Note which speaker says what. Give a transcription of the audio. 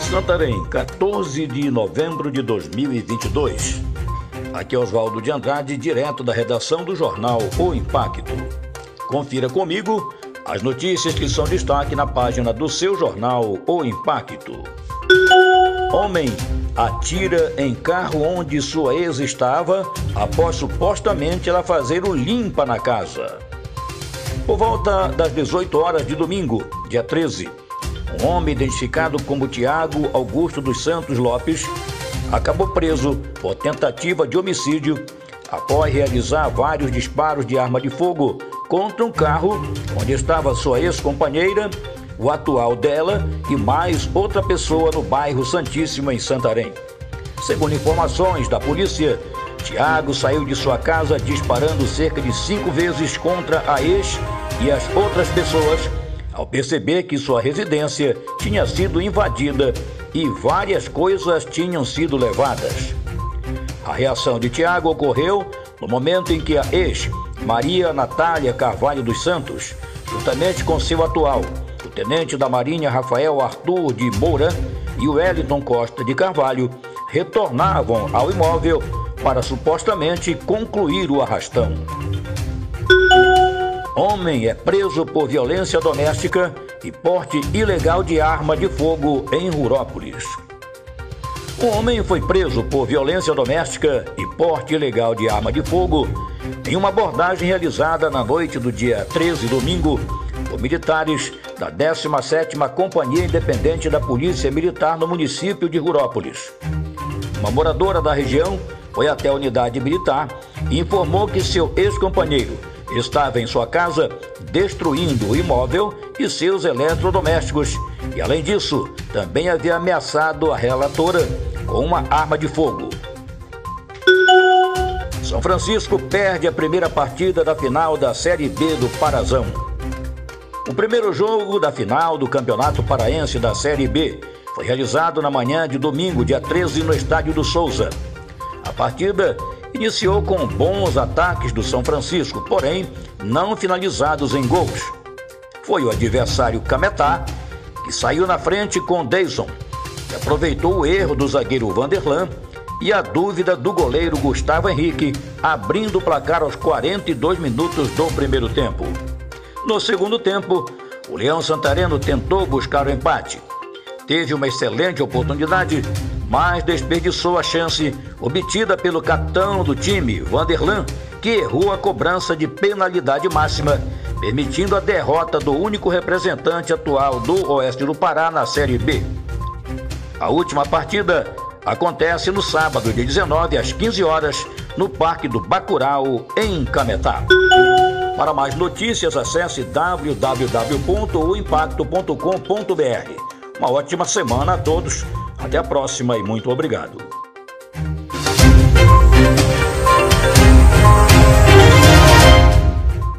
Speaker 1: Santarém, 14 de novembro de 2022. Aqui é Oswaldo de Andrade, direto da redação do jornal O Impacto. Confira comigo as notícias que são destaque na página do seu jornal O Impacto. Homem atira em carro onde sua ex estava após supostamente ela fazer o limpa na casa. Por volta das 18 horas de domingo, dia 13, um homem identificado como Tiago Augusto dos Santos Lopes acabou preso por tentativa de homicídio após realizar vários disparos de arma de fogo contra um carro onde estava sua ex-companheira, o atual dela e mais outra pessoa no bairro Santíssimo, em Santarém. Segundo informações da polícia, Tiago saiu de sua casa disparando cerca de 5 vezes contra a ex e as outras pessoas, ao perceber que sua residência tinha sido invadida e várias coisas tinham sido levadas. A reação de Tiago ocorreu no momento em que a ex, Maria Natália Carvalho dos Santos, juntamente com seu atual, o tenente da Marinha Rafael Arthur de Moura e o Wellington Costa de Carvalho, retornavam ao imóvel para supostamente concluir o arrastão. Homem é preso por violência doméstica e porte ilegal de arma de fogo em Rurópolis. Um homem foi preso por violência doméstica e porte ilegal de arma de fogo em uma abordagem realizada na noite do dia 13, domingo, por militares da 17ª Companhia Independente da Polícia Militar no município de Rurópolis. Uma moradora da região foi até a unidade militar e informou que seu ex-companheiro estava em sua casa destruindo o imóvel e seus eletrodomésticos e, além disso, também havia ameaçado a relatora com uma arma de fogo. São Francisco perde a primeira partida da final da Série B do Parazão. O primeiro jogo da final do Campeonato Paraense da Série B foi realizado na manhã de domingo, dia 13, no Estádio do Souza. A partida iniciou com bons ataques do São Francisco, porém não finalizados em gols. Foi o adversário Cametá que saiu na frente com Deison, que aproveitou o erro do zagueiro Vanderlan e a dúvida do goleiro Gustavo Henrique, abrindo o placar aos 42 minutos do primeiro tempo. No segundo tempo, o Leão Santareno tentou buscar o empate. Teve uma excelente oportunidade, mas desperdiçou a chance obtida pelo capitão do time, Vanderlan, que errou a cobrança de penalidade máxima, permitindo a derrota do único representante atual do Oeste do Pará na Série B. A última partida acontece no sábado, dia 19, às 15 horas, no Parque do Bacurau, em Cametá. Para mais notícias, acesse www.oimpacto.com.br. Uma ótima semana a todos. Até a próxima e muito obrigado.